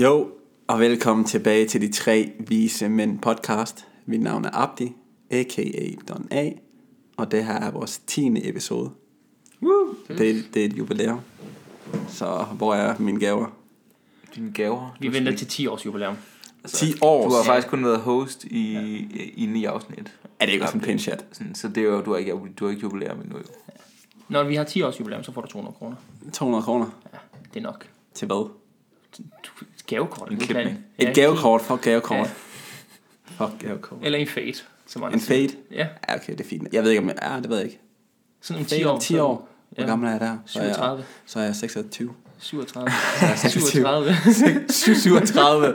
Jo, og velkommen tilbage til de 3 vise mænd podcast. Mit navn er Abdi, a.k.a. Don A. Og det her er vores 10. episode. Det er et jubilæum. Så hvor er mine gaver? Dine gaver? Vi venter til 10 års jubilæum. Altså, 10 år. Du har faktisk kun været host i 9 afsnit. Er det ikke også en pæn chat? Så det er jo, du har ikke jubilæum endnu. Ja. Når vi har 10 års jubilæum, så får du 200 kroner. 200 kroner? Ja, det er nok. Til hvad? Gavekort. En klipning. Et gavekort for gavekort. Ja. Fuck gavekort. Eller en fade. En fade? Ja. Ja, okay, det er fint. Jeg ved ikke om det ved jeg ikke. Sådan om 10 år. 10 år. Hvor gammel er jeg der? 37. Så er jeg 26. 37. 37. 37.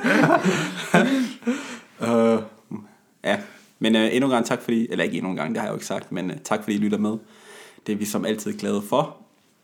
Ja, men endnu en gang tak fordi, eller ikke endnu en gang, det har jeg jo ikke sagt, men tak fordi I lytter med. Det er vi som altid glade for.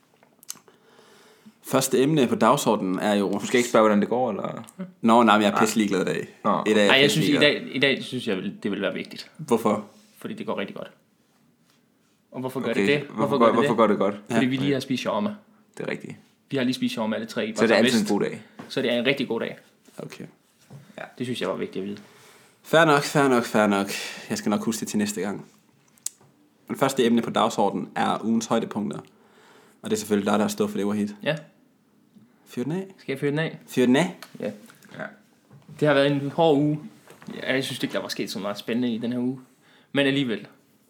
Første emne på dagsordenen er jo... Du skal ikke spørge, hvordan det går, eller? Nej, men jeg er pisse ligeglad i dag. Nej, jeg synes i dag synes jeg, det vil være vigtigt. Hvorfor? Fordi det går rigtig godt. Og hvorfor gør okay. det? Hvorfor går det godt? Fordi vi lige har spist shawarma. Det er rigtigt. Vi har lige spist shawarma alle 3. Så det er altid en god dag. Så det er en rigtig god dag. Okay. Ja. Det synes jeg var vigtigt at vide. Fair nok. Jeg skal nok huske det til næste gang. Den første emne på dagsordenen er ugens højdepunkter. Og det er selvfølgelig dig, der har stået for det overhit. Ja. Fyr den af. Skal jeg fyre den af? Fyr den af? Ja. Det har været en hård uge. Jeg synes ikke, der var sket så meget spændende i den her uge. Men alligevel.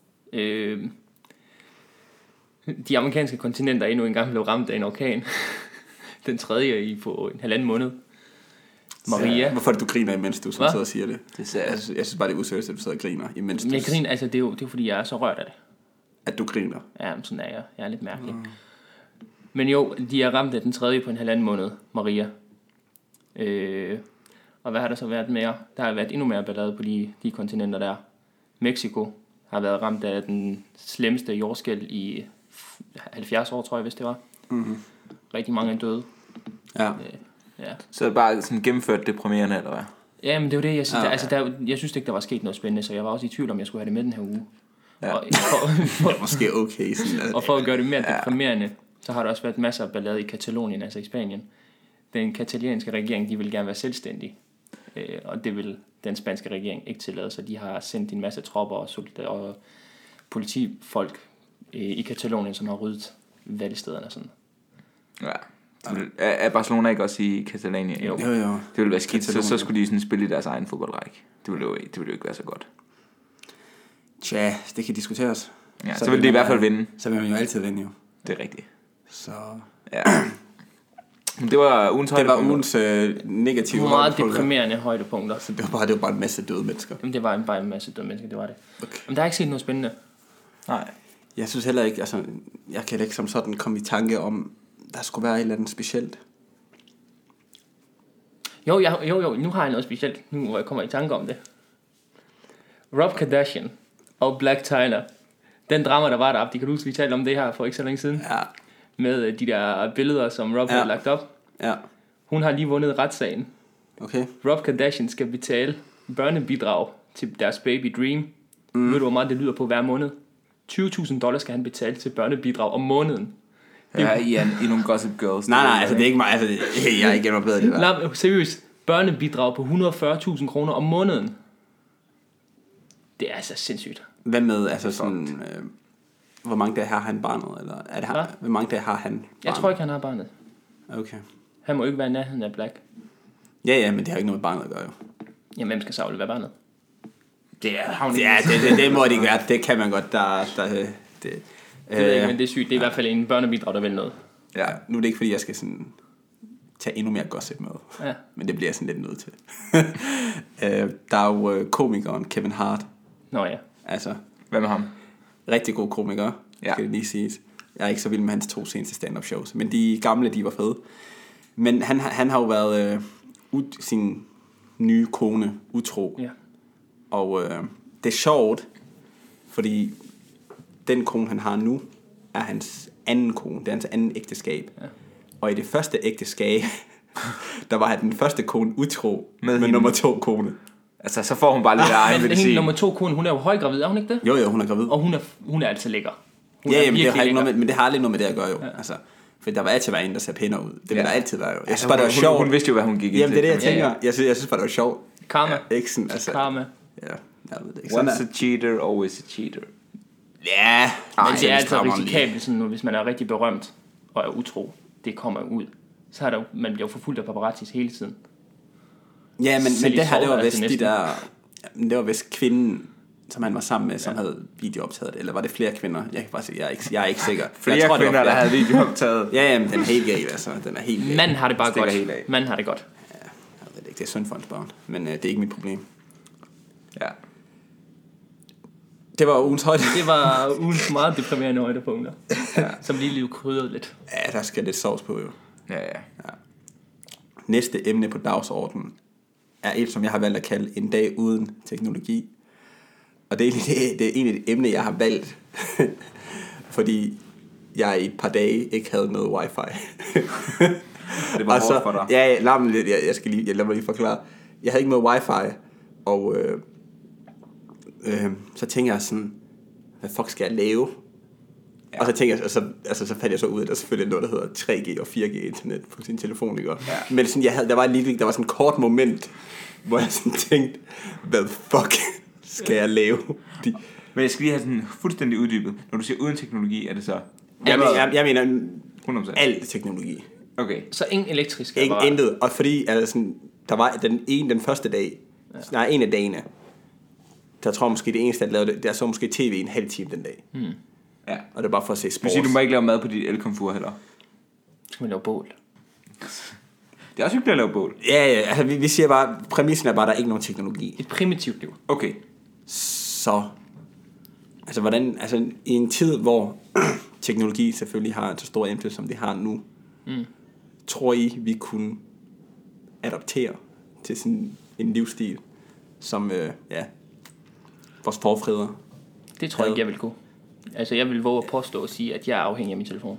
De amerikanske kontinenter endnu engang blev ramt af en orkan. Den tredje på en halvanden måned. Maria. Hvorfor er det, du griner, imens du sidder og siger det? Jeg synes bare, det er useriøst, at du sidder og griner, imens du... Jeg griner, altså det er jo fordi, jeg er så rørt af det. At du griner? Ja, sådan er jeg. Jeg er lidt mærkelig. Men jo, de er ramt af den tredje på en halvanden måned, Maria. Og hvad har der så været mere? Der har været endnu mere ballade på de kontinenter der. Mexico har været ramt af den slemmeste jordskælv i 70 år, tror jeg, hvis det var. Mm-hmm. Rigtig mange er døde. Ja. Ja. Så er det bare sådan gennemført deprimerende, eller hvad? Ja, men det var det, jeg synes. Jeg synes ikke, der var sket noget spændende, så jeg var også i tvivl, om jeg skulle have det med den her uge. Ja. Og det er måske okay. Sådan, og for at gøre det mere deprimerende, så har der også været masser af ballade i Katalonien, altså i Spanien. Den katalianske regering, de vil gerne være selvstændige. Og det vil den spanske regering ikke tillade, så de har sendt en masse tropper og politifolk i Katalonien, som har ryddet valgstederne og sådan. Ja. Er Barcelona ikke også i Catalanien? Jo. Det ville være skidt, så skulle de sådan spille i deres egen fodboldrække. Det ville jo ikke være så godt. Tja, det kan diskuteres. Ja, så vil det i hvert fald vinde. Så vil man jo altid vinde, jo. Det er rigtigt. Så... Ja. Det var ugens højdepunkter. Det var ugens negative højdepunkter. Meget deprimerende højdepunkter. Så det var bare en masse døde mennesker. Jamen, det var bare en masse døde mennesker, det var det. Okay. Men der er ikke set noget spændende. Nej. Jeg synes heller ikke, altså... Jeg kan ikke som sådan komme i tanke om, der skulle være et eller andet specielt. Jo, nu har jeg noget specielt, nu hvor jeg kommer i tanke om det. Rob Kardashian og Blac Chyna. Den drama, der var der, de kan huske, vi talte om det her for ikke så længe siden. Ja. Med de der billeder, som Rob havde lagt op. Ja. Hun har lige vundet retssagen. Okay. Rob Kardashian skal betale børnebidrag til deres baby Dream. Ved du, hvor meget det lyder på hver måned? $20,000 skal han betale til børnebidrag om måneden. Ja, i nogle Gossip Girls. Nej, altså det er ikke mig. Altså, jeg er ikke involveret i det der. Nej, seriøst. Børnebidrag på 140.000 kroner om måneden. Det er altså sindssygt. Hvad med, altså sådan... hvor mange dage har han barnet? Eller er det hvor mange dage har han barnet? Jeg tror ikke, han har barnet. Okay. Han må ikke være i nærheden af Black. Ja, men det har ikke noget med barnet at gøre, jo. Jamen, hvem skal så aflevere barnet? Det må de gøre. Det kan man godt. Det ved jeg ikke, men det er sygt. Det er i hvert fald en børnebidrag, der vil noget. Ja, nu er det ikke, fordi jeg skal sådan tage endnu mere gossip med. Ja. Men det bliver jeg sådan lidt nødt til. Der er jo komikeren Kevin Hart. Nå ja. Altså, hvad med ham? Rigtig god komiker, skal det lige siges. Jeg er ikke så vild med hans 2 seneste stand-up shows. Men de gamle, de var fede. Men han har jo været sin nye kone utro. Ja. Og det er sjovt, fordi den kone, han har nu, er hans anden kone. Det er hans anden ægteskab. Ja. Og i det første ægteskab, der var han den første kone utro med nummer 2 kone. Altså, så får hun bare lidt af egen medicin. Nummer 2 kone, hun er jo højgravid, er hun ikke det? Jo, hun er gravid. Og hun er altså lækker. Men det har ikke noget med, men det har aldrig noget med det at gøre, jo. Ja. Altså, For der var altid være en, der ser pænere ud. Det vil der altid være jo. Jeg synes Altså, bare, det var sjovt. Hun vidste jo, hvad hun gik ind til. Jamen, det er det, jeg tænker. Ja. Jeg synes bare, det var sjovt. Karma. Ikke sådan, altså. Karma. Ja, jeg ved det ikke. Once a cheater, always a cheater. Ja. Men det er altså risikabelt, sådan, hvis man er rigtig berømt og er utro. Det kommer ud. Så er der, man bliver jo forfulgt af paparazzis hele tiden. Ja, men det her, det var vist næsten. de der... Det var vist kvinden, som han var sammen med, som havde videooptaget det. Eller var det flere kvinder? Jeg kan bare sige, jeg er ikke sikker. Flere jeg tror, det var kvinder, der havde videooptaget. Ja, men den er helt gal, altså. Den er helt gal. Manden har det bare Stikker godt. helt af. Manden har det godt. Ja, jeg ved det ikke. Det er synd for hans børn. Men det er ikke mit problem. Ja. Det var ugens højde. Det var ugens meget deprimerende højdepunkter. Som lige blev krydret lidt. Ja, der skal lidt sovs på, jo. Ja. Næste emne på dagsordenen er et, som jeg har valgt at kalde en dag uden teknologi. Og det er egentlig et emne, jeg har valgt, fordi jeg i et par dage ikke havde noget wifi. Det var hårdt for dig. Ja, lad mig lige forklare. Jeg havde ikke noget wifi, og så tænker jeg sådan, hvad fuck skal jeg lave? Ja. Og så tænker jeg, så fandt jeg så ud af, at der selvfølgelig er noget, der hedder 3G og 4G internet på sin telefon, ikke? Ja. Men sådan, der var sådan et kort moment, hvor jeg sådan tænkte, hvad fuck skal jeg lave? Men jeg skal lige have sådan fuldstændig uddybet. Når du siger uden teknologi, er det så... Jeg mener 100%. al teknologi. Okay. Så ingen elektrisk Ikke apparat. intet. Og fordi sådan, der var den første dag, en af dagene, der tror jeg måske det eneste, jeg lavede, der så måske tv en halv time den dag. Ja. Og det er bare for at se Du sports. siger, du må ikke lave mad på dit elkomfur heller. Skal man lave bål? Det er også hyggeligt at lave bål. Ja, altså vi siger bare, præmissen er bare, der er ikke nogen teknologi. Et primitivt liv. Okay. Så, altså hvordan, altså i en tid, hvor teknologi selvfølgelig har så stor indflydelse, som det har nu, tror I, vi kunne adaptere til sådan en livsstil, som, vores forfædre? Det tror jeg ikke, jeg vil gå. Altså, jeg vil våge at påstå og sige, at jeg er afhængig af min telefon.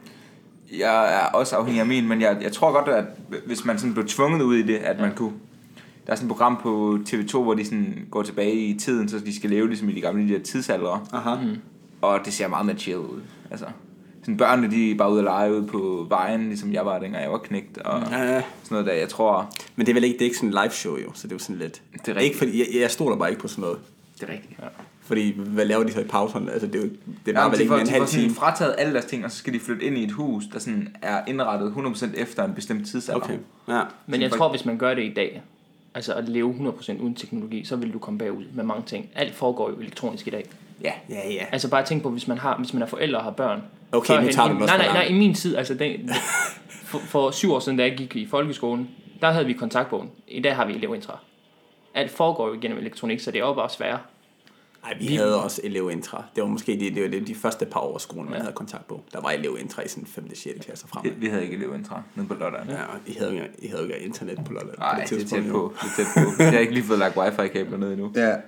Jeg er også afhængig af min, men jeg tror godt, at hvis man sådan blev tvunget ud i det, at man kunne... Der er sådan et program på TV2, hvor de sådan går tilbage i tiden, så de skal leve ligesom i de gamle de der tidsaldre. Aha. Og det ser meget mere chill ud. Altså, sådan børnene, de er bare ude at lege ude på vejen, ligesom jeg var, dengang jeg var knægt. Og sådan noget der, jeg tror... Men det er vel ikke, det er ikke sådan en live show jo, så det er jo sådan lidt... Det er rigtigt. Ikke fordi, jeg stoler bare ikke på sådan noget. Det er rigtigt. Ja. Fordi, hvad laver de så i pauserne? Altså, det er jo det er bare vel de ikke mere en halv time. De får frataget alle deres ting, og så skal de flytte ind i et hus, der sådan er indrettet 100% efter en bestemt tidsalder. Okay, ja. Men jeg tror, hvis man gør det i dag, altså at leve 100% uden teknologi, så vil du komme bagud med mange ting. Alt foregår jo elektronisk i dag. Ja. Altså bare tænk på, hvis man er forældre og har børn. Okay, nu tager du også Nej, i min tid, altså for 7 år siden, da jeg gik i folkeskolen, der havde vi kontaktbogen. I dag har vi elevintra. Alt foregår jo gennem elektronik, så det er jo bare sværere. Nej, vi havde også elevintra. Det var måske de første par år af skolen, man havde kontaktbog. Der var elevintra i sådan 5. og 6. klasse frem. Vi havde ikke elevintra nede på Lolland. Ja, og I havde jo ikke internet på Lolland. Nej, det er tæt på. Jeg har ikke lige fået lagt wifi-kabler ned endnu. Ja.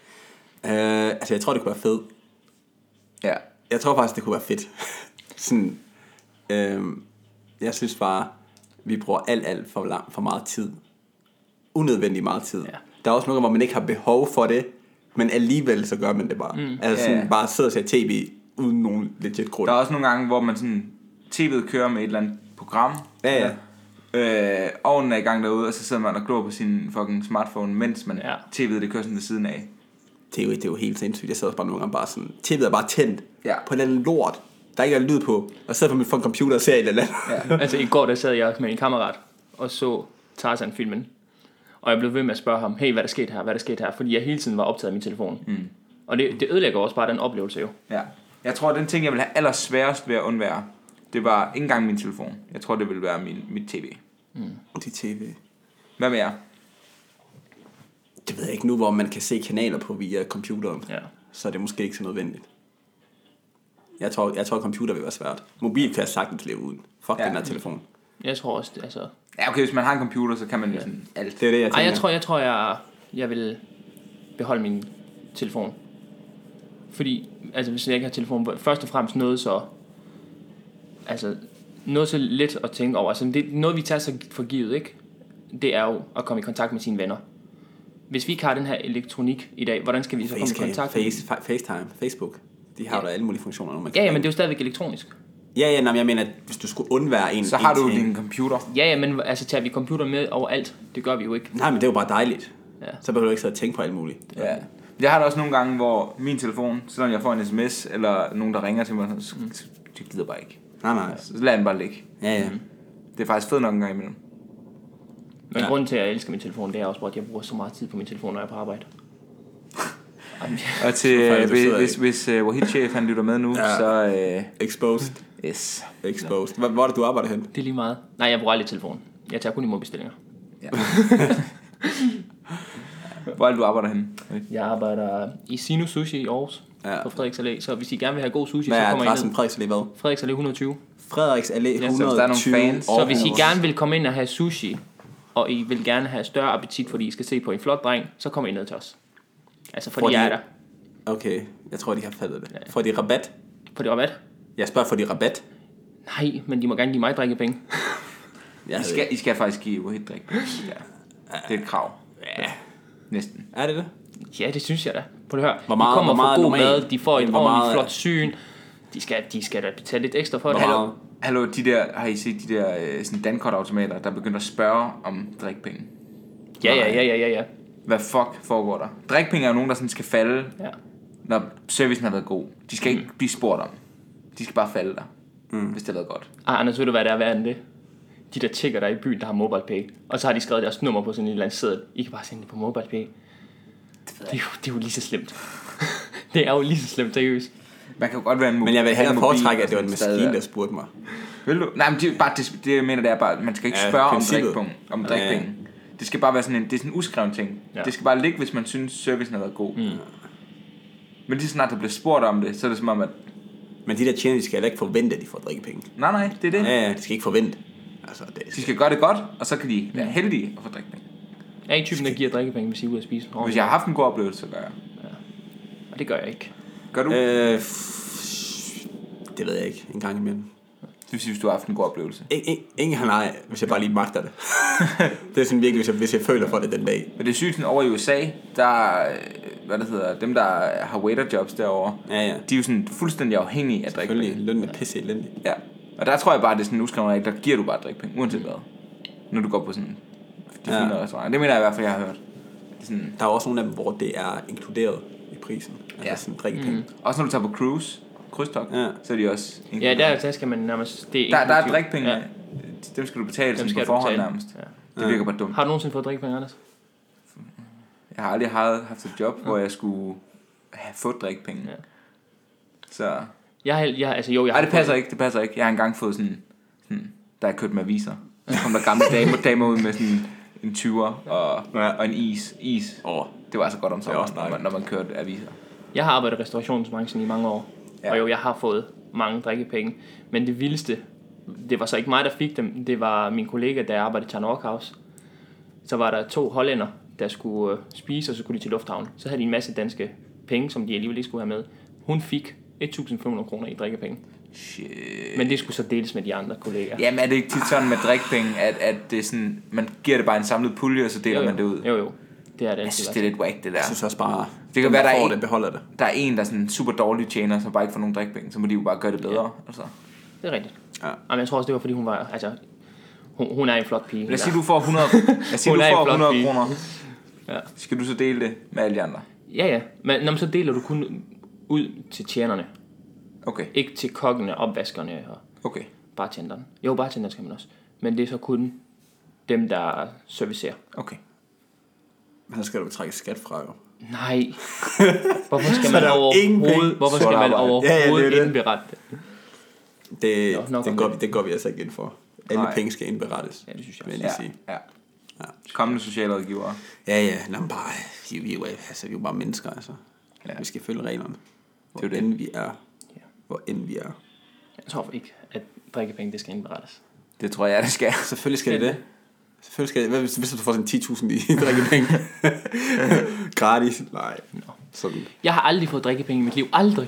Altså, jeg tror, det kunne være fedt. Ja. Jeg tror faktisk, det kunne være fedt. Sådan, jeg synes bare, vi bruger alt for meget tid. Unødvendig meget tid. Ja. Der er også nogle, hvor man ikke har behov for det, men alligevel så gør man det bare. Altså sådan, bare sidder og ser tv uden nogen legit grund. Der er også nogle gange, hvor man sådan tv'et kører med et eller andet program. Ja. Ovnen er i gang derude, og så sidder man og glor på sin fucking smartphone, mens man tv'et det kører sådan ved siden af. Det er jo helt sindssygt. Jeg sidder bare nogle gange bare sådan, tv'et er bare tændt på en eller anden lort, der ikke er lyd på, og sidder på min computer og ser et eller andet. Ja. Altså i går, der sad jeg med en kammerat og så Tarzan-filmen. Og jeg blev ved med at spørge ham, hey, hvad der skete her? Fordi jeg hele tiden var optaget af min telefon. Og det ødelægger også bare den oplevelse jo. Ja. Jeg tror, at den ting, jeg vil have allersværest ved at undvære, det var ikke engang min telefon. Jeg tror, det ville være mit tv. Dit tv. Hvad med jer? Det ved jeg ikke nu, hvor man kan se kanaler på via computeren. Ja. Så er det måske ikke så nødvendigt. Jeg tror computer vil være svært. Mobil kan jeg sagtens leve uden. Fuck den her telefon. Jeg tror også, altså... Ja, okay, hvis man har en computer, så kan man jo sådan alt. Det er det, jeg tænker. Jeg tror, jeg vil beholde min telefon. Fordi, altså hvis jeg ikke har telefon, først og fremmest noget så let at tænke over. Altså, det, noget vi tager så for givet, ikke? Det er jo at komme i kontakt med sine venner. Hvis vi ikke har den her elektronik i dag, hvordan skal vi så komme i kontakt med FaceTime, Facebook. De har jo alle mulige funktioner nu. Ja, men det er jo stadigvæk elektronisk. Ja, men jeg mener, at hvis du skulle undvære en... Så har du ting, din computer. Ja, men altså tager vi computer med overalt? Det gør vi jo ikke. Nej, men det er jo bare dejligt. Ja. Så behøver du ikke sidde og tænke på alt muligt. Ja. Jeg har da også nogle gange, hvor min telefon, selvom jeg får en sms, eller nogen, der ringer til mig, så det gider bare ikke. Nej. Så lader den bare ligge. Ja. Det er faktisk fedt nok en gang imellem. Men grunden til, at jeg elsker min telefon, det er også, at jeg bruger så meget tid på min telefon, når jeg er på arbejde. Og til, hvis Wahid-chef han lytter med nu, så... Exposed. Yes. Exposed. Hvor er det, du arbejder hen? Det er lige meget. Nej, jeg bruger aldrig telefon. Jeg tager kun imod bestillinger. Ja. Hvor er det, du arbejder henne? Jeg arbejder i Sino Sushi i Aarhus, på Frederiks Allé. Så hvis I gerne vil have god sushi, Hvad så er kommer I adressen? ned. Frederiks Allé hvad? Frederiks Allé 120. Frederiks Allé 120. Så hvis der er nogle fans. Så hvis I gerne vil komme ind og have sushi, og I vil gerne have større appetit, fordi I skal se på en flot dreng, så kommer I ned til os. Altså fordi jeg er der. Okay, jeg tror, de har fattet det. Får de rabat? Får de rabat? Jeg spørger, får de rabat? Nej, men de må gerne give mig drikkepenge. I skal faktisk give Wahid drik. Ja. Det er et krav. Ja. Næsten. Er det det? Ja, det synes jeg da. Prøv at høre. Hvor meget, de kommer hvor meget for god normalt? mad, de får et Hvor ordentligt meget- flot syn. De skal da betale lidt ekstra for det. Hallo, har I set de der sådan dankort-automater, der begynder at spørge om drikpenge? Ja. Hvad fuck foregår der? Drikpenge er jo nogen, der sådan skal falde, Ja. når servicen har været god. De skal ikke blive spurgt om. De skal bare falde der, hvis det har været godt. Anders, ved du hvad det er værd end det? De der tigger der i byen, der har MobilePay. Og så har de skrevet deres nummer på sådan en eller anden seddel. I kan bare sende det på MobilePay. Det er jo lige så slemt. Det er jo lige så slemt, seriøst. Man kan jo godt være en Men jeg vil hellere mobil, foretrække, at det var en stadig maskine, er. der spurgte mig. Vil du? Nej, men det jeg mener, det er bare, man skal ikke spørge om drikpenge. Det skal bare være sådan det er sådan en uskreven ting. Ja. Det skal bare ligge, hvis man synes, servicen har været god. Men lige snart der bliver spurgt om det, så er det som om, at... Men de der tjener, de skal heller ikke forvente, at de får drikkepenge. Nej, det er det. Ja, de skal ikke forvente. Altså, De skal gøre det godt, og så kan de være heldige at få drikkepenge. Jeg er ikke typen, der giver drikkepenge, hvis I er ude at spise. Hvis jeg har haft en god oplevelse, så gør jeg. Og det gør jeg ikke. Gør du? Det ved jeg ikke. En gang imellem. Det vil sige, hvis du har haft en god oplevelse. Ingen har nej, hvis jeg bare lige magter det. Det er sådan virkelig, hvis jeg føler for det den dag. Men det er sygt sådan over i USA, der dem der har waiterjobs derovre. Ja. De er jo sådan fuldstændig afhængige af drikkepenge. Selvfølgelig, lønnen er pisse elendig. Ja. Og der tror jeg bare, det er sådan en uskreven regel, der giver du bare drikkepenge, uanset hvad. Når du går på sådan de fine restauranter. Det mener jeg i hvert fald, jeg har hørt. Det er sådan, Der er også nogle af dem, hvor det er inkluderet i prisen. Altså sådan drikkepenge. også når du tager på krydstogt, så er de også... Ja, der skal man nærmest... Der er drikkepenge. Ja. Dem skal du betale Dem på forhånd nærmest. Ja. Det virker bare dumt. Har du nogensinde fået drikkepenge, Anders? Jeg har aldrig haft et job, hvor jeg skulle have fået drikkepenge. Ja. Så... Jeg har Nej, det passer ikke. Jeg har engang fået sådan der jeg kørt med aviser. Så kom der gamle damer ud med sådan en 20'er og en is. Det var altså godt om sommeren, når man kørte aviser. Jeg har arbejdet i restaurationsbranchen i mange år. Ja. Og jo, jeg har fået mange drikkepenge. Men det vildeste, det var så ikke mig, der fik dem. Det var min kollega, der arbejdede i Tjern House. Så var der 2 hollænder, der skulle spise, og så skulle de til lufthavn. Så havde de en masse danske penge, som de alligevel ikke skulle have med. Hun fik 1.500 kroner i drikkepenge. Shit. Men det skulle så deles med de andre kolleger. Jamen er det ikke tit sådan med drikkepenge, at det er sådan, man giver det bare en samlet pulje, og så deler man det ud? Jo. Det er det. Jeg synes, det er lidt whack, det der. Jeg synes også bare, det kan være, der er en, der er sådan super dårlig tjener, som bare ikke får nogen drikkepenge, så må de jo bare gøre det bedre. Altså. Det er rigtigt. Ja. Men jeg tror også, det var, fordi hun var... Altså, hun er en flot pige. Lad os sige, du får 100, kroner. Ja. Skal du så dele det med alle de andre? Ja. Men så deler du kun ud til tjenerne. Okay. Ikke til kokkene, opvaskerne og bartenderen. Jo, bartenderen skal man også. Men det er så kun dem, der servicerer. Okay. Men så skal du trække skat fra, jo. Nej. Hvorfor skal man overhovedet indberette det? Det går vi altså ikke ind for. Alle penge skal indberettes. Ja, det synes jeg også. Ja. Kommende socialrådgivere. Ja. Nå, men bare, vi er jo bare mennesker, altså. Ja. Vi skal følge reglerne. Hvor end vi er. Hvor end vi er. Jeg tror ikke, at drikkepenge, det skal indberettes. Det tror jeg, det skal. Selvfølgelig skal det. Selvfølgelig skal det. Hvad hvis du får sådan 10.000 i drikkepenge? Gratis? Nej. Sådan. Jeg har aldrig fået drikkepenge i mit liv. Aldrig.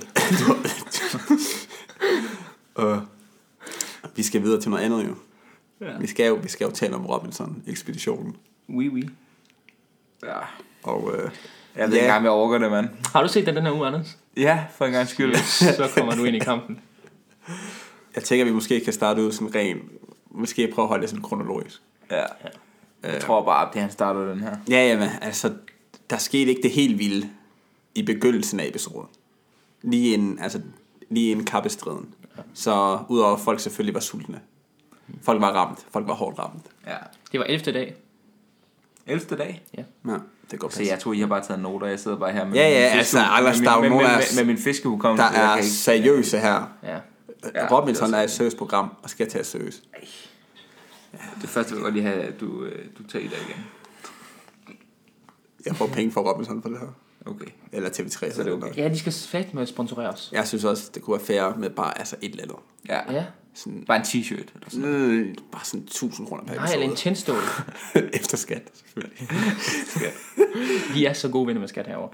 Vi skal videre til noget andet jo. Ja. Vi skal jo tale om Robinson-ekspeditionen. Oui. Ja. Og jeg ved ikke engang, om jeg overgår det, mand. Har du set den her uge, Anders? Ja, for en gang skyld. Så kommer du ind i kampen. Jeg tænker, at vi måske kan starte ud sådan ren... Måske prøve at holde det sådan kronologisk. Ja. Jeg tror bare, at det han startede den her. Ja, jamen, altså... Der skete ikke det helt vilde i begyndelsen af episoden. Lige inden kappestriden. Så udover at folk selvfølgelig var sultne. Folk var ramt. Folk var hårdt ramt. Ja. Det var 11. dag. 11. dag? Ja. Ja, det går Så jeg tror, I har bare taget noter. Jeg sidder bare her med med min fiskehukommelse. Der er seriøse her. Ja. Robinson er et seriøst program, og skal tage seriøst. Det første vil jeg godt lige have, at du tager i dig igen. Jeg får penge for Robinson for det her. Okay. Eller TV3. Så det er okay. Ja, de skal fat med at sponsorere os. Jeg synes også, det kunne være fair med bare et eller andet. Ja. Sådan, Bare en t-shirt. Eller sådan. bare sådan 1000 kroner per Nej, eller en tændstål. Efter skat, selvfølgelig. Vi er så gode venner med skat herovre.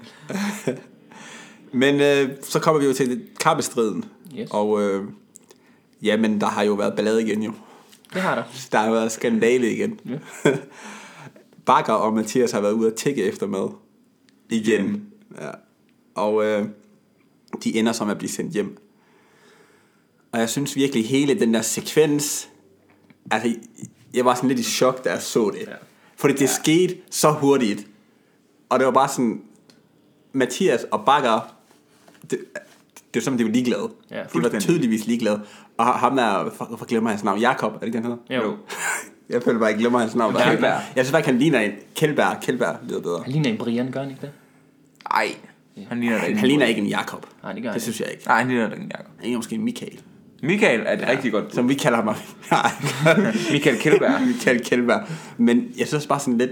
Men så kommer vi jo til kappestriden. Yes. Og jamen, der har jo været ballade igen jo. Det har der. Der har været skandale igen. Ja. Bakker og Mathias har været ude at tække efter mad. Igen. Ja. Og de ender som at blive sendt hjem. Og jeg synes virkelig hele den der sekvens, altså jeg var sådan lidt i chok, da jeg så det. Ja. Fordi det skete så hurtigt. Og det var bare sådan, Mathias og Bakker, det var som de var ligeglade. Ja, de var tydeligvis ligeglade. Og ham der, hvorfor glemmer jeg hans navn? Jakob, er det ikke, han hedder? Jo. Jeg føler bare, jeg glemmer hans navn. Kjeldberg. Jeg synes faktisk, han ligner en Kjeldberg lyder bedre. Han ligner en Brian, gør han ikke det? Ej, han ligner da ikke. Han ligner ikke en Jakob. Nej, det gør han Det synes jeg ikke. Nej, han ligner da ikke en Jakob. Han ligner måske en Michael. Michael er et rigtig godt. Som vi kalder ham. Nej. Michael Kjeldberg. Michael Kjeldberg. Men jeg synes bare sådan lidt...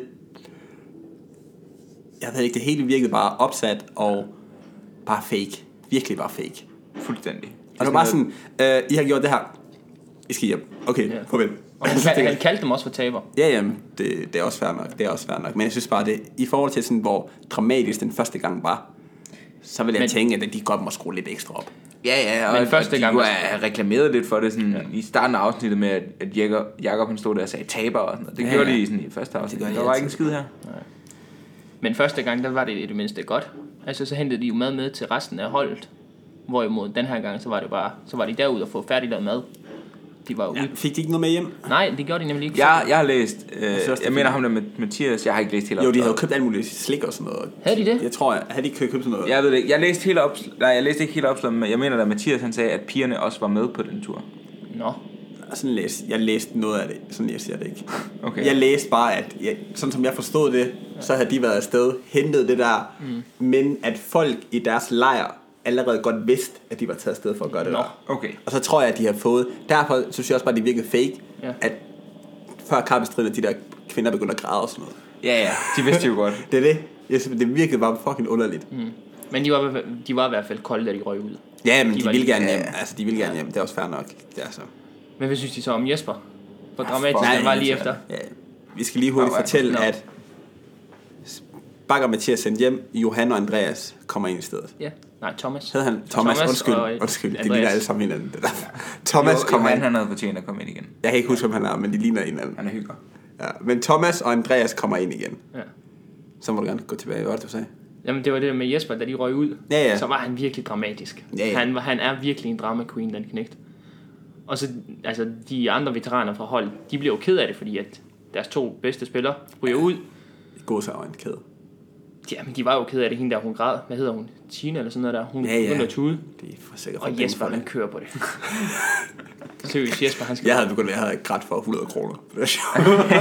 Jeg ved ikke, det hele virkede bare opsat og bare fake. Virkelig bare fake. Fuldstændig. Og det var bare sådan, I har gjort det her. I skal hjem. Okay, Ja. farvel. Og han kaldte dem også for taber. Ja, jamen, det er også fair nok. Det er også fair nok. Men jeg synes bare, det i forhold til sådan, hvor dramatisk den første gang var, så vil jeg tænke, at de godt må skrue lidt ekstra op. Ja, og Men første gang de kunne reklameret lidt for det sådan, i starten af afsnittet med, at Jakob han stod der og sagde taber og sådan noget. Det gjorde de sådan i første afsnit. Der var ikke en skid her. Nej. Men første gang, der var det i det mindste godt. Altså, så hentede de jo mad med til resten af holdet. Hvorimod den her gang, så var det bare, så var de derude og få færdiglavet mad. De var ude. Fik de ikke noget med hjem? Nej, det gjorde de nemlig ikke. Jeg har læst, jeg mener ham der med Mathias, jeg har ikke læst hele Jo, de havde jo købt alt muligt slik og sådan noget. Havde de det? Jeg tror, havde de ikke købt sådan noget? Jeg ved det ikke. Jeg læste ikke hele opslaget, men jeg mener, at Mathias han sagde, at pigerne også var med på den tur. Nå. Jeg læste noget af det. Sådan læste jeg det ikke. Okay. Jeg læste bare, at sådan som jeg forstod det, så havde de været afsted, hentet det der, men at folk i deres lejr allerede godt vidste, at de var taget afsted for at gøre det der. Okay. Og så tror jeg, at de har fået... Derfor synes jeg også bare, at det virkede fake, at før kappestriden, de der kvinder begyndte at græde og sådan noget. Ja, de vidste jo godt. Det er det. Jeg synes, det virkede bare fucking underligt. Men de var i hvert fald kolde, da de røg ud. Ja, men de ville gerne hjem. Ja. Altså, de ville gerne hjem. Det er også fair nok. Det er så. Men hvad synes de så om Jesper? Hvor dramatisk han var lige efter. Ja. Vi skal lige hurtigt fortælle, at Bakker og Mathias sendt hjem, Johan og Andreas kommer ind i stedet. Ja, nej, Thomas. Hed han Thomas? Undskyld. Det ligner alle sammen hinanden. Det der. Thomas kommer ind. Han havde fortjent at komme ind igen. Jeg kan ikke huske, om han er, men de ligner hinanden. Han er hyggelig. Ja. Men Thomas og Andreas kommer ind igen. Ja. Så må du gerne gå tilbage. Hvad var det, du sagde? Jamen, det var det med Jesper, da de røg ud. Ja. Så var han virkelig dramatisk. Ja. Han er virkelig en drama queen, den knægt. Og så, altså, de andre veteraner fra holdet, de bliver jo ked af det, fordi at deres 2 bedste spillere ryger ud. God så en kæde. Jamen, de var jo ked af det, hende der, hun græd. Hvad hedder hun? Tina eller sådan noget der. Hun begyndte at tude. Det er for sikkert. Og Jesper, han kører på det. Seriøst, Jesper, han skal... Jeg havde grædt for 100 kroner. Det er sjovt.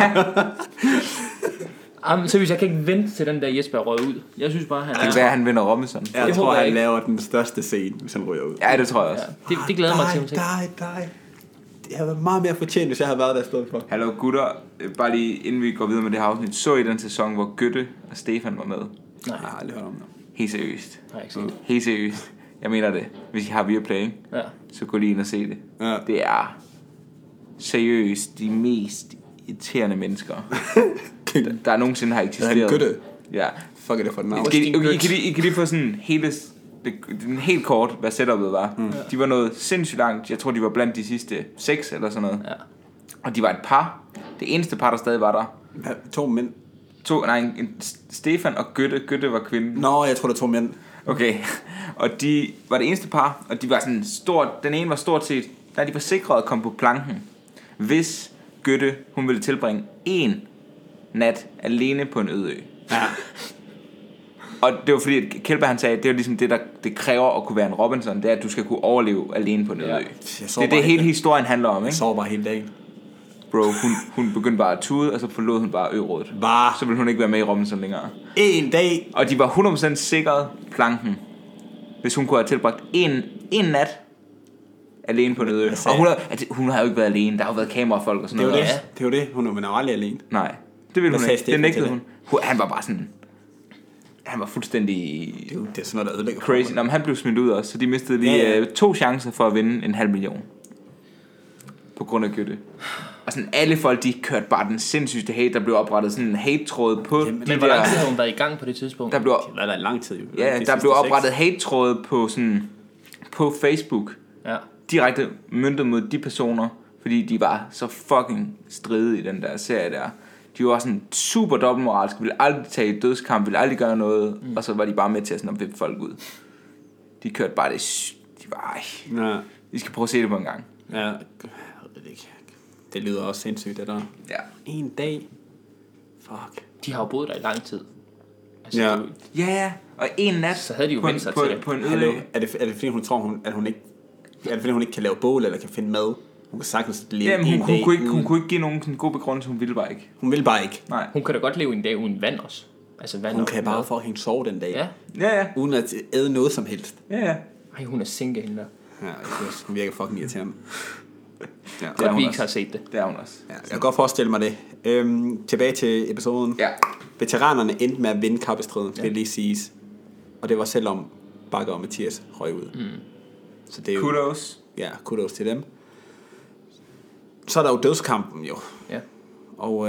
Jamen, seriøst, jeg kan ikke vente til den der Jesper røg ud. Jeg synes bare, han Det kan være, han vinder Robinson. Jeg tror, han laver den største scene, hvis han ryger ud. Ja, det tror jeg også. Ja, det glæder mig til. Nej. Det havde været meget mere fortjent, hvis jeg havde været der i stedet for. Hallo gutter, bare lige inden vi går videre med det her afsnit. Så I den sæson, hvor Gytte og Stefan var med? Nej. Jeg har aldrig hørt om det. Helt seriøst. Nej, ikke set. Helt seriøst. Jeg mener det. Hvis I har Viaplay, Ja. så gå lige ind og se det. Ja. Det er seriøst de mest irriterende mennesker, der nogensinde har eksisteret. Er han Gytte? Ja. Fuck er det for et navn? I kan lige få sådan den helt kort, hvad setupet var. De var noget sindssygt langt. Jeg tror, de var blandt de sidste 6 eller sådan noget. Ja. Og de var et par. Det eneste par, der stadig var der. 2 mænd. Stefan og Gytte. Gytte var kvinden. Nå, jeg tror, det er 2 mænd. Okay. Og de var det eneste par. Og de var sådan stort. Den ene var stort set der er de forsikrede at komme på planken, hvis Götte, hun ville tilbringe 1 nat alene på en øde ø. Ja. Og det var fordi, at Kjellberg han sagde, at det er ligesom det kræver at kunne være en Robinson, det er, at du skal kunne overleve alene på en øde ø. Det er det hele historien handler om, ikke? Jeg sover bare hele dagen. Bro, hun begyndte bare at tude, og så forlod hun bare ørådet. Så ville hun ikke være med i Robinson længere. En dag. Og de var 100% sikret planken, hvis hun kunne have tilbragt en nat alene på en øde ø. Og hun har jo ikke været alene, der har jo været kamerafolk og sådan noget. Det er jo det. Hun er aldrig alene. Nej, det ville hun ikke. Det nægtede hun. Han var bare sådan... Han var fuldstændig... Det er sådan noget, der ødelægger crazy. Nå, men han blev smidt ud også, så de mistede lige 2 chancer for at vinde 500.000. På grund af Götte. Og sådan alle folk, de kørte bare den sindssygste hate. Der blev oprettet sådan en hate-tråd på... Men hvor lang tid har hun været i gang på det tidspunkt? Der blev, det var lang tid. Ja, der blev oprettet hate-tråd på sådan... På Facebook. Ja. Direkte møntet mod de personer, fordi de var så fucking stridige i den der serie der. De var sådan super dobbeltmoralske, ville aldrig tage et dødskamp, ville aldrig gøre noget, og så var de bare med til at sådan at vippe folk ud. De kørte bare det. De var de skal prøve at se det på en gang. Ja, jeg ved ikke. Det lyder også sindssygt, det der. Ja. En dag. Fuck. De har jo boet der i lang tid. Altså, Ja. Ja, og en nat. Så havde de jo vendt sig til det. På en øde. Hallo, er det fordi hun tror, at hun ikke... Er det fordi hun ikke kan lave bål eller kan finde mad? Hun kan sagtens leve Jamen, en dag. hun kunne ikke give nogen sådan god begrundelse, hun ville bare ikke. Hun vil bare ikke. Nej. Hun kan da godt leve en dag uden vand også. Altså vand. Hun kan bare få hende sove den dag. Ja. Ja. Uden at æde noget som helst. Ja. Ej, hun er sinke hende der. Ja, hun virker fucking irriterende. Ja. Godt vi ikke har set det. Det er hun også. Ja, jeg kan godt forestille mig det. Tilbage til episoden. Ja. Veteranerne endte med at vinde kappestriden, skal lige siges. Og det var selvom Bakker og Mathias røg ud. Så det er jo, Kudos. Ja, kudos til dem. Så er der jo dødskampen jo. Ja. Og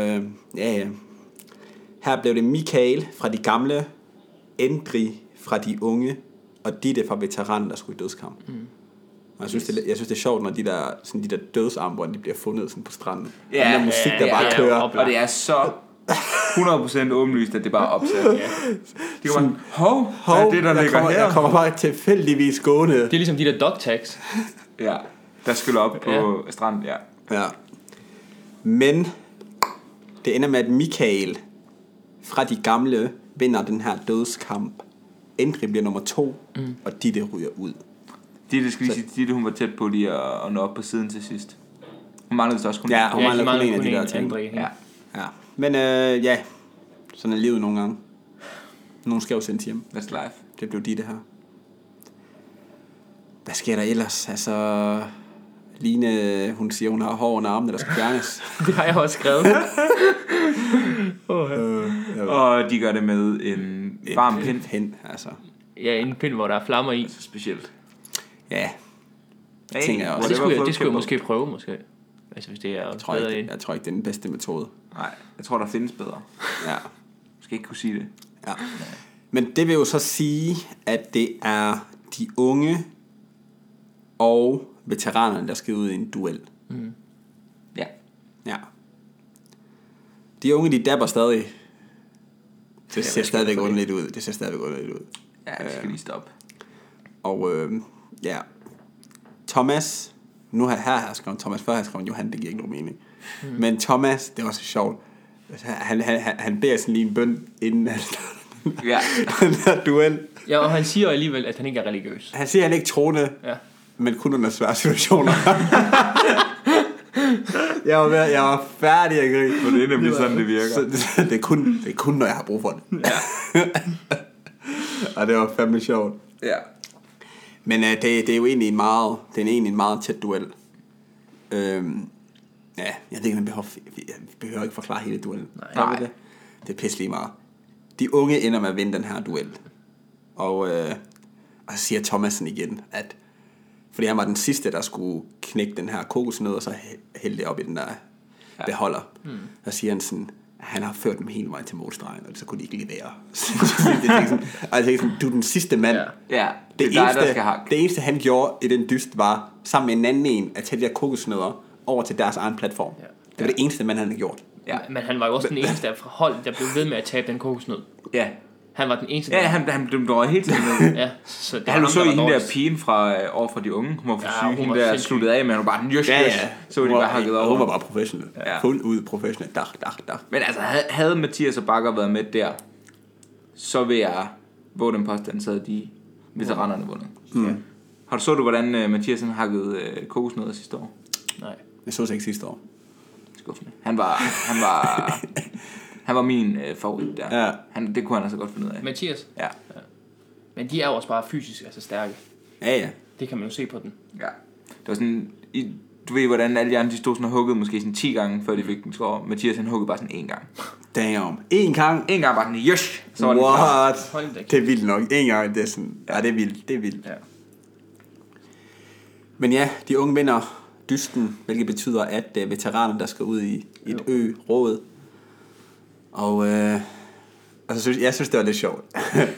her blev det Michael fra de gamle, Endri fra de unge, og Ditte fra veteranen, der skulle i dødskamp. Og jeg synes, det er sjovt, når de der dødsarmbånd, de bliver fundet sådan på stranden. Ja, og den der musik, der bare kører. Og det er så 100% åbenlyst, at det bare er opsat. Ja. Det var hov, det der ligger her. Jeg kommer bare tilfældigvis gående. Det er ligesom de der dog tags. Ja, der skyller op på stranden, Ja. Men det ender med, at Michael fra de gamle vinder den her dødskamp. Endri bliver nummer 2, og Ditte ryger ud. Ditte, skal lige sige, Ditte, hun var tæt på lige at nå op på siden til sidst. Hun manglede også kun hun manglede kun en af de der ting. Ja. Men sådan er livet nogle gange. Nogen skal jo sendes hjem. That's life. Det blev Ditte her. Hvad sker der ellers? Altså, Line, hun siger, hun har hår under armen, der skal fjernes. Det har jeg også skrevet. Og de gør det med en varm pind. Altså. Ja, en pind, hvor der er flammer i. Så specielt. Ja. Hey, tænker jeg også. Det skulle jeg måske prøve, måske. Altså, hvis det er jeg tror ikke, det er den bedste metode. Nej, jeg tror, der findes bedre. Ja. Jeg skal ikke kunne sige det. Ja. Men det vil jo så sige, at det er de unge og veteranerne, der skal ud i en duel. Ja. De unge, de dapper stadig. Det ser stadigvæk underligt ud. Ja, det skal lige stoppe. Og Thomas, nu her har jeg skrevet Thomas, før har jeg skrevet Johan, det giver ikke nogen mening. Men Thomas, det var så sjovt. Han beder sådan lige en bøn inden den her duel. Ja, og han siger alligevel, at han ikke er religiøs. Han siger, at han ikke troende, men kun under svære situationer. Jeg var færdig at grine. For det er nemlig sådan, det virker. Det er kun, når jeg har brug for det. Ja. Og det var fandme sjovt. Ja. Men det er jo egentlig en meget tæt duel. Jeg ved ikke, man behøver ikke forklare hele duellen. Nej. Det er pisse lige meget. De unge ender med at vinde den her duel. Og så siger Thomasen igen, at fordi han var den sidste, der skulle knække den her kokosnød, og så hælde det op i den der beholder. Så siger han sådan, at han har ført dem hele vejen til målstregen, og så kunne de ikke levere. Du er den sidste mand. Ja, det er dig, der skal hakke. Det eneste, han gjorde i den dyst, var sammen med en anden en, at tage de der kokosnødder over til deres egen platform. Ja. Det var det eneste mand, han havde gjort. Ja. Men han var jo også den eneste fra hold, der blev ved med at tabe den kokosnød. Ja. Han var den eneste, Ja, han blev dårlig helt tiden. ja, så det Han var så ham, i der var hende der dårligst. pigen fra over for de unge. Hun var for Ja, syg. hun Hende var der sindssyg. sluttede af med, at hun bare jøs. Så de bare hakket over. Hun var bare professionel. Ja. Fuldt ud professionel. Dag. Men altså, havde Mathias og Bakker været med der, så vil jeg våge den påstand, så havde de veteranerne vundet. Mm. Så du, hvordan Mathias han hakkede kokosnødder sidste år? Nej. Jeg så ikke sidste år. Skuffende. Han var min favorit der. Ja. Det kunne han altså godt finde ud af. Mathias. Ja. Men de er jo også bare fysisk altså stærke. Ja. Det kan man jo se på den. Ja. Det var sådan, du ved hvordan alle de andre de stod sådan og huggede måske sådan 10 gange før de fik den score. Mathias han huggede bare sådan 1 gang. Damn. En gang. Bare sådan yes. Så var den klar. What? Hold da kæft. Det er vildt nok. En gang, det er sådan. Ja, det er vildt. Det er vildt. Ja. Men ja, de unge vinder dysten, hvilket betyder, at veteraner, der skal ud i et ø-råd. Og altså, jeg synes, det var lidt sjovt.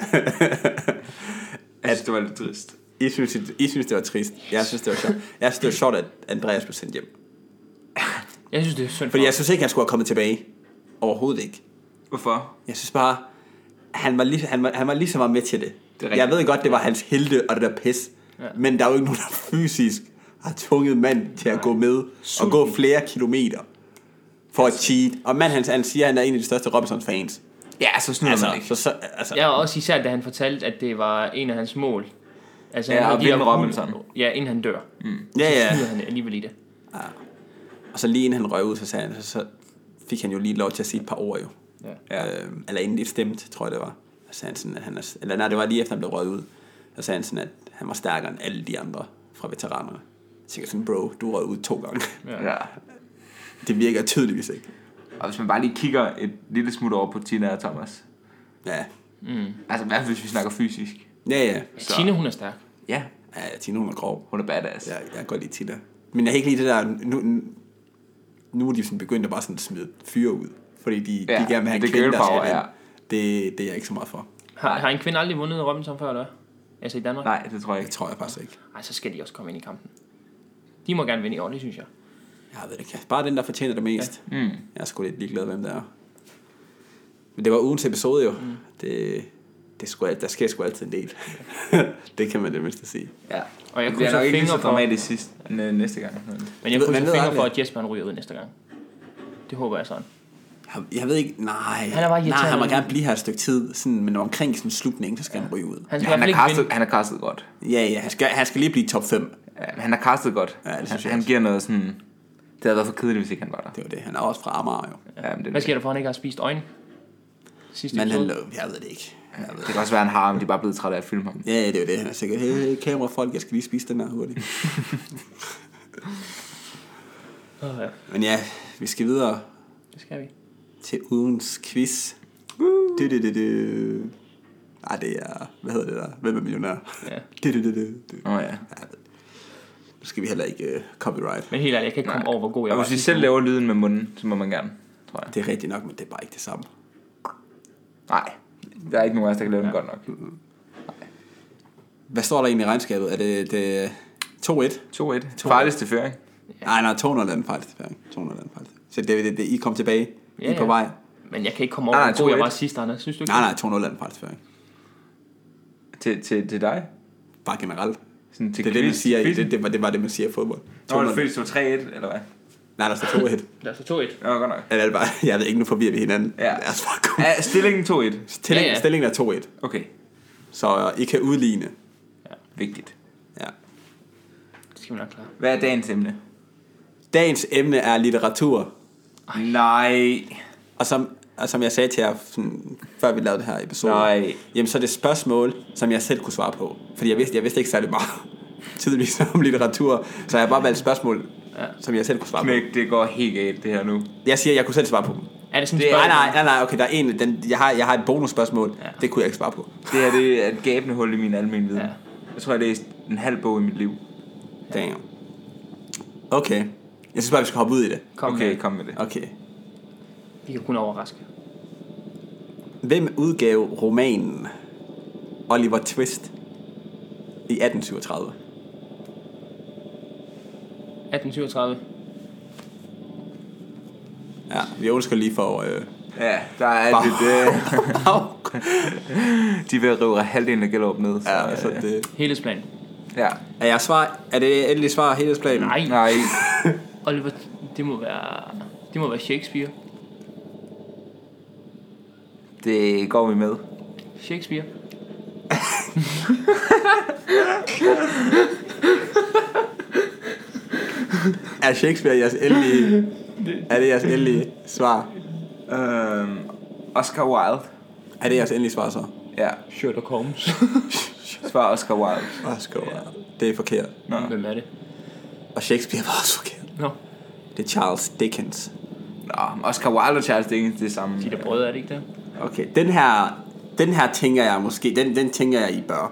Jeg synes, det var lidt trist. I synes, det var trist. Jeg synes, det var sjovt. Jeg synes, det var sjovt, at Andreas blev sendt hjem. Jeg synes, det er synd for Fordi jeg synes ikke, han skulle have kommet tilbage. Overhovedet ikke. Hvorfor? Jeg synes bare, han var lige så meget med til det. rigtigt. Jeg ved godt, det var hans helte og det der pis. Ja. Men der er jo ikke nogen, der fysisk har tvunget mand til at gå med og gå flere kilometer for at cheat. Og mand, han siger, at han er en af de største Robinsons-fans. Ja, så snyder man ikke. Altså, Ja, og også især, da han fortalte, at det var en af hans mål. Altså, Ja, han at havde de vinde her- Robinson. Ja, inden han dør. ja. Så skyder han alligevel i det. Og så lige inden han røg ud, så sagde han, så fik han jo lige lov til at sige et par ord jo. Ja. Eller inden det stemte, tror jeg det var. Så sagde han sådan, at han er, eller nej, det var lige efter han blev røget ud. Så sagde han sådan, at han var stærkere end alle de andre fra veteranerne. Så tænkte sådan, bro, du røg ud 2 gange. Ja. Det virker tydeligvis ikke. Og hvis man bare lige kigger et lille smut over på Tina og Thomas. Ja. Altså, hvad hvis vi snakker fysisk? Ja. Så- Tina, hun er stærk. Ja, Ja, Tino, hun er grov. hun er badass. Ja, jeg kan godt lide Tina. Men jeg kan ikke lide det der, nu er de sådan begyndt at bare sådan smide fyre ud. Fordi de gerne vil have en det kvinde, girl der skal power, vinde. ja. Det er jeg ikke så meget for. Har en kvinde aldrig vundet Robinson før, eller hvad? Altså i Danmark? Nej, det tror jeg Det ikke. tror jeg faktisk ikke. Ej, så skal de også komme ind i kampen. De må gerne vinde i år, det synes jeg. Jeg ved det ikke. Bare den, der fortjener det mest. Mm. Jeg er sgu lidt ligeglad, hvem det er. Men det var ugens episode jo. Der sker sgu altid en del. Det kan man det mindste sige. Ja. Og jeg Det bliver krydser nok ikke lige så fingre for, dramatisk sidst, næste gang. men jeg Man krydser ved fingre aldrig. for, at Jesper han ryger ud næste gang. Det håber jeg sådan. Jeg ved ikke, nej. Han er bare irriterende. Nej, han må gerne blive her et stykke tid, sådan, men omkring sådan slutningen, så skal han ryge ud. Han skal i hvert fald ikke vinde. Han er castet godt. Ja, han skal lige blive top 5. Ja, men han er castet godt. Ja, det synes jeg han også. giver noget sådan... Det havde været for kedeligt, hvis ikke han var der. Det var det. Han er også fra Amager jo. Ja, men det, Hvad sker der for, at han ikke har spist øjne? Sidste Men han, episode? jeg ved det ikke. det kan også være, han har, men de er bare blevet trætte af at filme ham. Ja, det er jo det. Han er sikkert, hey, kamerafolk, jeg skal lige spise den her hurtigt. Ja, Men ja, vi skal videre det skal vi. til ugens quiz. Ej, det er, hvad hedder det der? Hvem er millionær? Ja. Ja. Nu skal vi heller ikke copyright. Men helt ærligt, jeg kan ikke komme over, hvor god jeg Og var hvis vi sidste selv uge. laver lyden med munden, så må man gerne, tror jeg. Det er rigtigt nok, men det er bare ikke det samme. Nej, der er ikke nogen af os, der kan lave den godt nok. Hvad står der egentlig i regnskabet? Er det 2-1? 2-1. Farligste føring. Nej, 2-0 er den fejl. 2-0 er den fejl. Så det, I kom tilbage. I er på vej. Men jeg kan ikke komme over, Nej, hvor god jeg 2-1. var sidst, Anders. Synes du ikke? Nej, 2-0 er den fejl. Til dig? Bare generelt. Sådan til Det er det, man quiz- siger. quizzen? Det var det, man siger i fodbold. Nå, det føles som 3-1, eller hvad? Nej, der står 2-1. Lad os få 2-1. Ja, godt nok. Eller er det bare, jeg ved ikke, nu forvirrer vi hinanden. Ja. Lad os bare gå. Ja, stillingen 2-1. Ja. Stillingen er 2-1. Okay, Så I kan udligne. vigtigt. Ja. Det skal vi nok klare. Hvad er dagens emne? Dagens emne er litteratur. Nej. Og som jeg sagde til jer, sådan, før vi lavede det her episode, Nej. jamen så er det spørgsmål, som jeg selv kunne svare på. Fordi jeg vidste ikke særlig meget tydeligvis om litteratur, så jeg har bare valgt spørgsmål, som jeg selv kunne svare Knæk, det går helt galt, det her nu. på. Jeg siger, jeg kunne selv svare på dem. Er det sådan Det er- Nej, okay, der er en, jeg har et bonusspørgsmål, det kunne jeg ikke svare på. Det her, det er et gabende hul i min almindelige viden. Ja. Jeg tror, jeg læste en halv bog i mit liv. Damn. Okay. Jeg synes bare, vi skal hoppe ud i det. Kom Okay, med. kom med det. Okay. Vi kan kun overraske. Hvem udgav romanen Oliver Twist i 1837? 1837. Ja, vi undskylder lige for Ja, der er de vil rive halvdelen af Gellerup ned. Så, Ja, så det... Helhedsplan. Ja. Er det endelig svar helhedsplanen? Nej. Oliver, det må være Shakespeare. Det går vi med. Shakespeare. Er Shakespeare jeres endelige... Er det jeres endelige svar? Oscar Wilde. Er det jeres endelige svar så? Ja. Sherlock Holmes. Svar Oscar Wilde. Oscar Wilde. Det er forkert. Hvem er det? Og Shakespeare var også forkert. Nå. Det er Charles Dickens. Nå, Oscar Wilde og Charles Dickens, det er samme. De der brødre, er det ikke det? Okay, den her tænker jeg måske, den tænker jeg, I bør.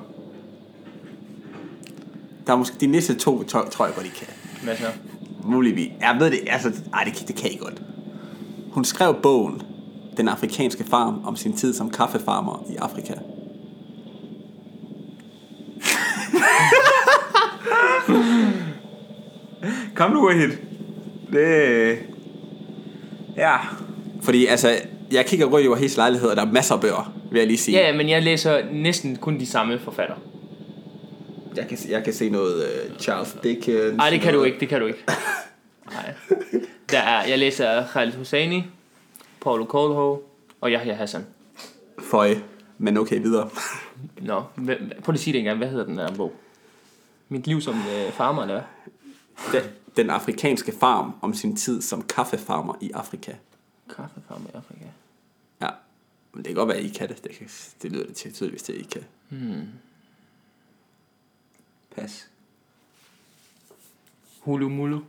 Der er måske de næste 2, tror jeg godt, I kan. Hvad så? Muligvis. Jeg ved det, altså, det kan I godt. Hun skrev bogen, Den afrikanske farm, om sin tid som kaffefarmer i Afrika. Kom nu, Wahid. Det... Ja. Fordi altså, jeg kigger rundt i Wahids lejlighed, og der er masser af bøger, vil jeg lige sige. Ja, men jeg læser næsten kun de samme forfatter. Jeg kan se noget Charles Dickens. Nej, det kan du ikke, Nej. Jeg læser Khaled Hosseini, Paulo Coelho og Yahya Hassan. Føj, men okay, videre. Nå, prøv lige at sige det engang. Hvad hedder den der bog? Mit liv som farmer, eller hvad? Den afrikanske farm, om sin tid som kaffefarmer i Afrika. Kaffefarmer i Afrika. Ja, men det kan godt være, at I kan det. Det lyder det tydeligvis, det I kan. Pas. Hulu Mulu.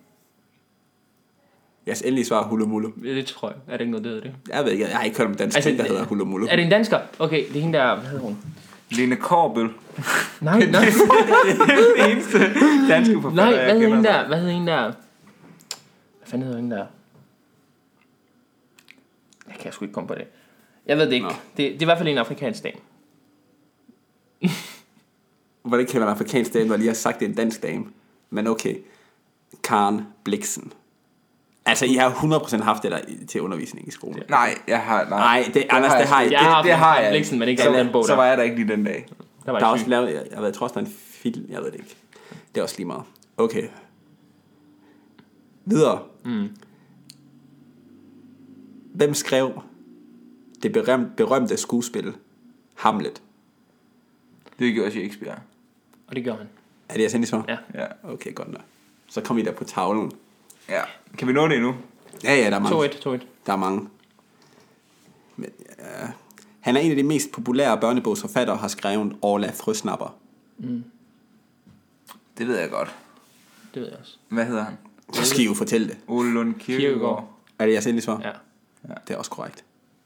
Jeres endelige svar er Hulumulu. Det tror jeg. Er det ikke noget, det hedder det? Jeg ved ikke, jeg har ikke hørt om dansk, der hedder Hulumulu. Er det en dansker? Okay, det er hende der, hvad hedder hun? Lene Korbøl. Nej. Det er det eneste danske forfatter, Nej, hvad hedder hende jeg der? Hvad fanden hedder hende der? Jeg kan sgu ikke komme på det. Jeg ved det ikke. Det er i hvert fald en afrikansk dame. Hvordan kan man en afrikansk dame, når lige har sagt, det er en dansk dame? Men okay. Karen Bliksen. Altså, I har 100% haft det der til undervisning i skole. Nej, jeg har... Nej, det har I. Det har jeg. Bliksen, men ikke den bog der. Så var jeg der ikke lige den dag. Der er også lavet, jeg tror også, der er en film, jeg ved det ikke. Det er også lige meget. Okay. Videre. Hvem skrev det berømte skuespil Hamlet? Det gjorde Shakespeare. Og det gør han. Er det jeres endelige svar? Ja. Okay, godt nok. Så kom I der på tavlen. Ja. Kan vi nå det endnu? Ja, der er mange. 2-1. Der er mange. Men, han er en af de mest populære børnebogsforfattere og har skrevet Orla Frøsnapper. Det ved jeg godt. Det ved jeg også. Hvad hedder han? Så skal I jo fortælle det. Ole Lund Kirkegaard. Er det jeres endelige svar? Ja. Det er også korrekt.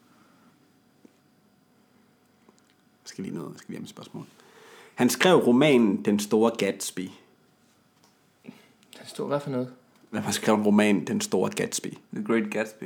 Skal lige hjem med spørgsmål. Han skrev romanen Den Store Gatsby. Den står hvad for noget? Hvem har skrevet romanen Den Store Gatsby? The Great Gatsby.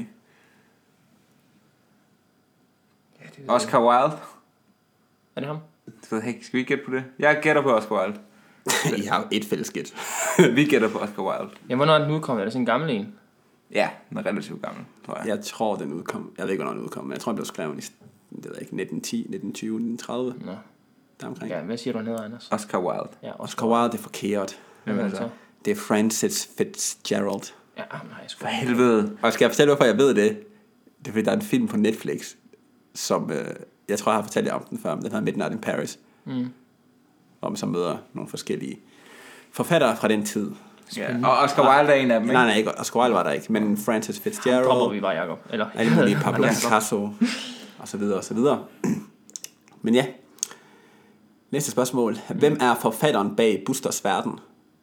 Ja, det Oscar Wilde. Er det ham? Skal vi ikke gætte på det? Jeg gætter på Oscar Wilde. I har et fælles gæt. Vi gætter på Oscar Wilde. Ja, hvornår er den udkommet? Er det sådan en gammel en? Ja, den er relativt gammel, tror jeg. Jeg tror, den udkom. Jeg ved ikke, hvornår den udkom, men jeg tror, den blev skrevet i det ved jeg ikke, 1910, 1920, 1930. Nå. Deromkring. Ja, hvad siger du, han hedder, Anders? Oscar Wilde. Ja, Oscar Wilde, det er forkert. Hvem er det så? Det er Francis Fitzgerald. Ja, nej, sgu. For helvede. Og skal jeg fortælle, hvorfor jeg ved det? Det er, fordi der er en film på Netflix, som jeg tror, jeg har fortalt jer om den før, men den hedder Midnight in Paris. Hvor man så møder nogle forskellige forfattere fra den tid. Ja. Og Oscar Wilde er en af dem, ikke? Nej, ikke. Oscar Wilde var der ikke, men Francis Fitzgerald. Dropper vi bare, Jacob. Eller alle mulige Pablo Picasso, og så videre, og så videre. Men ja. Næste spørgsmål. Hvem er forfatteren bag Busters Verden?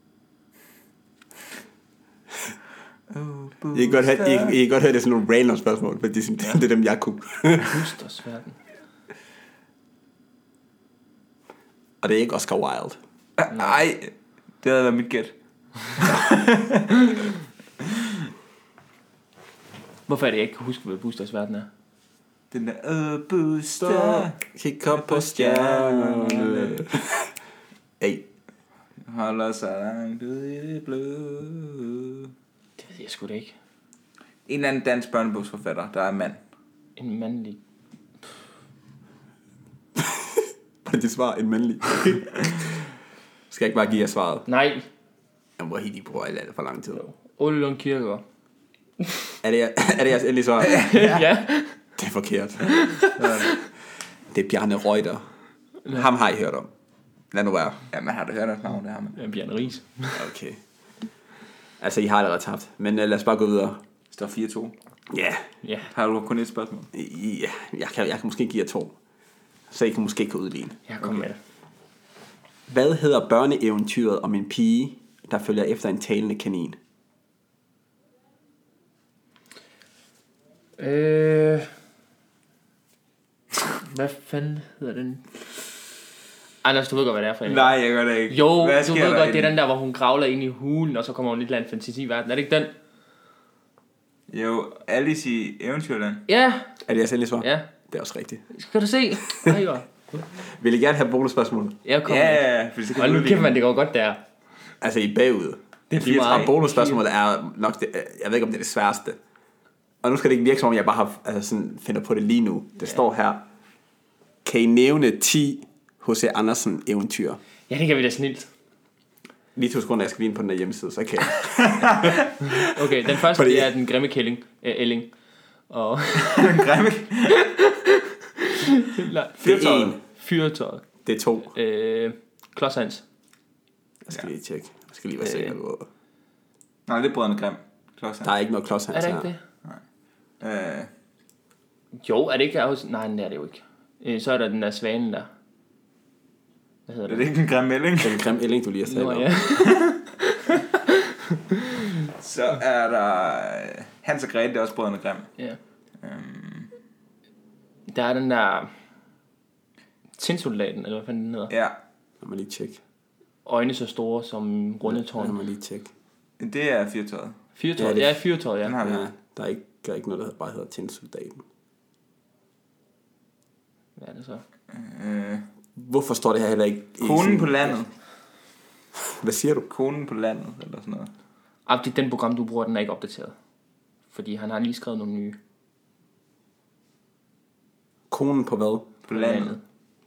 I kan godt høre, det er sådan nogle random spørgsmål, for det er dem, jeg kunne. Busters Verden. Og det er ikke Oscar Wilde. Nej, det havde været mit gæt. Hvorfor er det, jeg ikke kan huske, hvad Busters Verden er? Den der, Buster. Kig op på stjernerne. Hey. Holder sig langt ud i det blå. Det ved jeg sgu da ikke. En eller anden dansk børnebogsforfatter, der er mand. En mandlig. Var det dit svar? En mandlig? Skal jeg ikke bare give jer svaret? Nej. Jeg må helt bruge alt for lang tid. Ole Lund Kirkegaard. Er det jeres endelige svar? Ja. Det er forkert. Det er Bjarne Reuter. Ham har I hørt om. Lad nu være. Ja, man har da hørt et navn, det har man. Bjarne Riis. Okay. Altså, I har allerede tabt. Men lad os bare gå videre. Står 4-2. Ja. Ja. Har du kun et spørgsmål? Ja, jeg kan måske give jer 2. Så I kan måske ikke udligne. Ja, kom med det. Hvad hedder børneeventyret om en pige, der følger efter en talende kanin? Hvad fanden hedder den? Anders, du ved godt, hvad det er for en. Nej, jeg gør det ikke. Jo, Hvad du ved godt, det er den der, hvor hun kravler ind i hulen, og så kommer hun lidt af en fantasiverden. Er det ikke den? Jo, Alice i Eventyrland. Ja, Er det jeres endelige svar? ja. Det er også rigtigt. Skal du se? Nej, jo. Vil I gerne have bonusspørgsmålet? Jeg kommer. Ja, for så kan Og du nu udligne. kæmper man, det går godt der. Altså, I er bagud. Det er lige Og meget. bonusspørgsmålet er nok det, jeg ved ikke, om det er det sværeste. Og nu skal det ikke virke, som om jeg bare har, altså sådan, finder på det lige nu. Det står her. Kan I nævne 10 H.C. Andersen eventyr? Ja, det kan vi da snilt. Lige 2 sekunder, jeg skal lige ind på den der hjemmeside, så kan jeg. Okay, den første Fordi- det er den grimme kælling. Elling. Og Grimme. Det er 1. fyrtøjet. Det er 2. Klodshans. Jeg skal lige tjekke. Jeg skal lige være sikker på. Nej, det er Brødrene Grimm. Klodshans. Der er ikke noget klodshans Er det her. ikke det? Øh, Jo, er det ikke også? Nej, det er det jo ikke. Så er der den der svanen der. Hvad hedder er det? det ikke en grim melding? Det er en grim ælling, du lige har sagt Nå, om. ja. Så er der Hans og Grete, det er også Brødrene Grimm. Ja. Der er den der Tinsoldaten, eller hvad fanden den hedder. Ja, Lad mig lige tjekke. Øjne så store som Lad rundetårn. mig lige tjekke. det er Fyrtøjet. Fyrtøjet, Ja, ja, det- fyrtøjet, Den ja. har vi. Ja, der er ikke noget, der bare hedder Tinsoldaten. Hvad er det så? Hvorfor står det her heller ikke? i Konen sådan- på landet. Hvad siger du? Konen på landet, eller sådan noget. Den program, du bruger, den er ikke opdateret. Fordi han har lige skrevet nogle nye. Konen på hvad? På landet.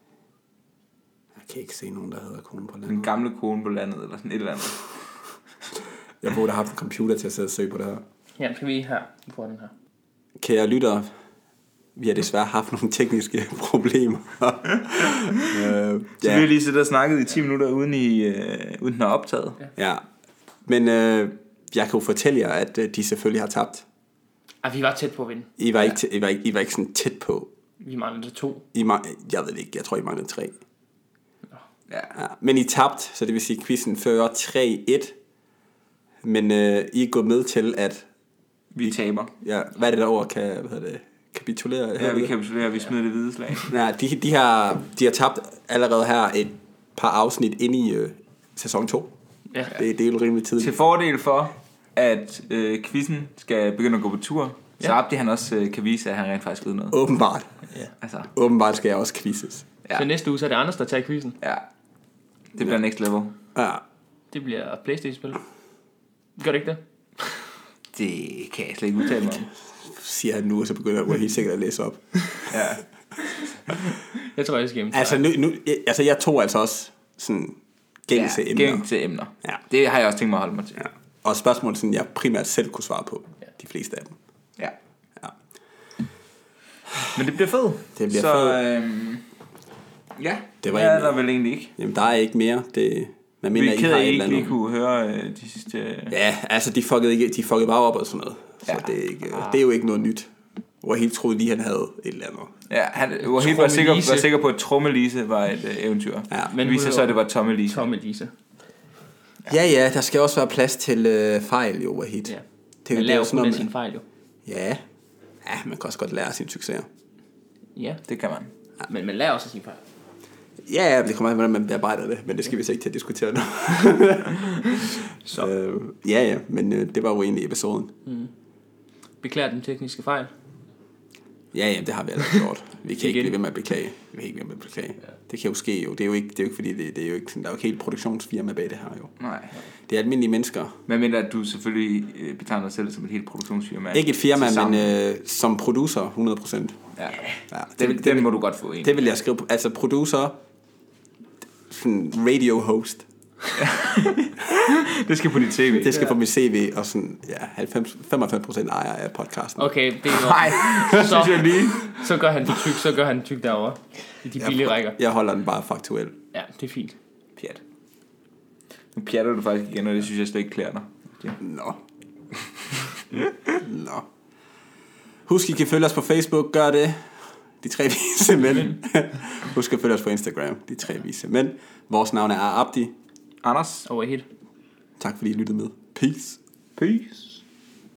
Jeg kan ikke se nogen, der hedder konen på Den landet. gamle kone på landet, eller sådan et eller andet. Jeg burde have haft en computer til at sidde og søge på det her. Ja, skal vi her. Vi bruger den her. Kære lyttere, vi har desværre haft nogle tekniske problemer. Så vi har lige siddet og snakket i 10 minutter, uden den er optaget. Ja. Men jeg kan jo fortælle jer, at de selvfølgelig har tabt. Vi var tæt på at vinde. I var ikke sådan tæt på. Vi manglede 2. Jeg ved det ikke, jeg tror I manglede 3. Ja. Ja. Men I tabt, så det vil sige, at quizzen fører 3-1. Men I er gået med til, at Vi taber. ja, hvad er det derovre, kapitulere? Ja, vi kapitulerer, vi smider det hvide slag. Ja, de har tabt allerede her et par afsnit ind i sæson 2. Ja. Det er jo rimelig tidligt. Til fordel for, at quizzen skal begynde at gå på tur, så Abdi han også kan vise, at han rent faktisk ved noget. Åbenbart. Altså, Åbenbart skal jeg også quizzes. Ja. Så næste uge, så er det Anders, der tager quizzen. ja. Det bliver next level. Ja. Det bliver PlayStation-spil. Gør det ikke det? Det kan jeg slet ikke udtale mig om. Siger han nu, og så begynder jeg helt sikkert at læse op. Ja. Jeg tror, jeg skal hjem. Altså, jeg tog altså også sådan gængse emner. Gængse emner. Ja. Det har jeg også tænkt mig at holde mig til. Ja. Og spørgsmål, som jeg primært selv kunne svare på. De fleste af dem. Ja. Ja. Men det bliver fedt. Det bliver så, ja, Det det var var er egentlig- der vel egentlig ikke. Jamen, der er ikke mere. Vi Man mener, er I ked har af, et at I eller ikke andet. lige kunne høre de sidste... Ja, altså, de fuckede bare op og sådan noget. Så Ja. det er jo ikke noget nyt. Hvor helt troede lige, han havde et eller andet. Ja, han var helt var Trommelise. sikker på, at Trommelise var et eventyr. Ja. Men det viser sig, at det var Tommelise. Tomme Lise. Ja, der skal også være plads til fejl, jo, Wahid. Ja. Det, Man er lærer jo jo sådan kun af noget sine med- fejl, jo. Ja, man kan også godt lære af sine succeser. Ja, Det kan man. men man lærer også af sine fejl. Ja, det kommer an på, hvordan man bearbejder det, men det skal vi så ikke til at diskutere nu. Så. Men det var jo egentlig episoden. Beklager den tekniske fejl. Ja, det har vi allerede gjort. Vi kan ikke Igen. blive ved med at beklage. Det kan jo ske jo. Det er jo ikke fordi, det er jo ikke sådan, der er jo ikke helt produktionsfirma bag det her jo. Nej. Det er almindelige mennesker. Men mindre, at du selvfølgelig betegner dig selv som et helt produktionsfirma. Ikke et firma, Tilsammen. men som producer 100%. Ja. Den må du godt få en. Det vil jeg skrive på. Altså producer, sådan radio host. Det skal på dit CV. Det skal på mit CV, og sådan, 95% ejer af podcasten. Okay, det er Nej, det synes jeg lige. Så gør han tyk derovre. I de billige rækker. Jeg holder den bare faktuel. Ja, det er fint. Pjat. Nu pjatter du faktisk igen, og det synes jeg slet ikke klæder dig. Nå. Husk, I kan følge os på Facebook. Gør det. De 3 vise mænd. Husk at følge os på Instagram. De 3 vise mænd. Vores navn er Abdi. Anders. Overhit. Tak fordi I lyttede med. Peace. Peace.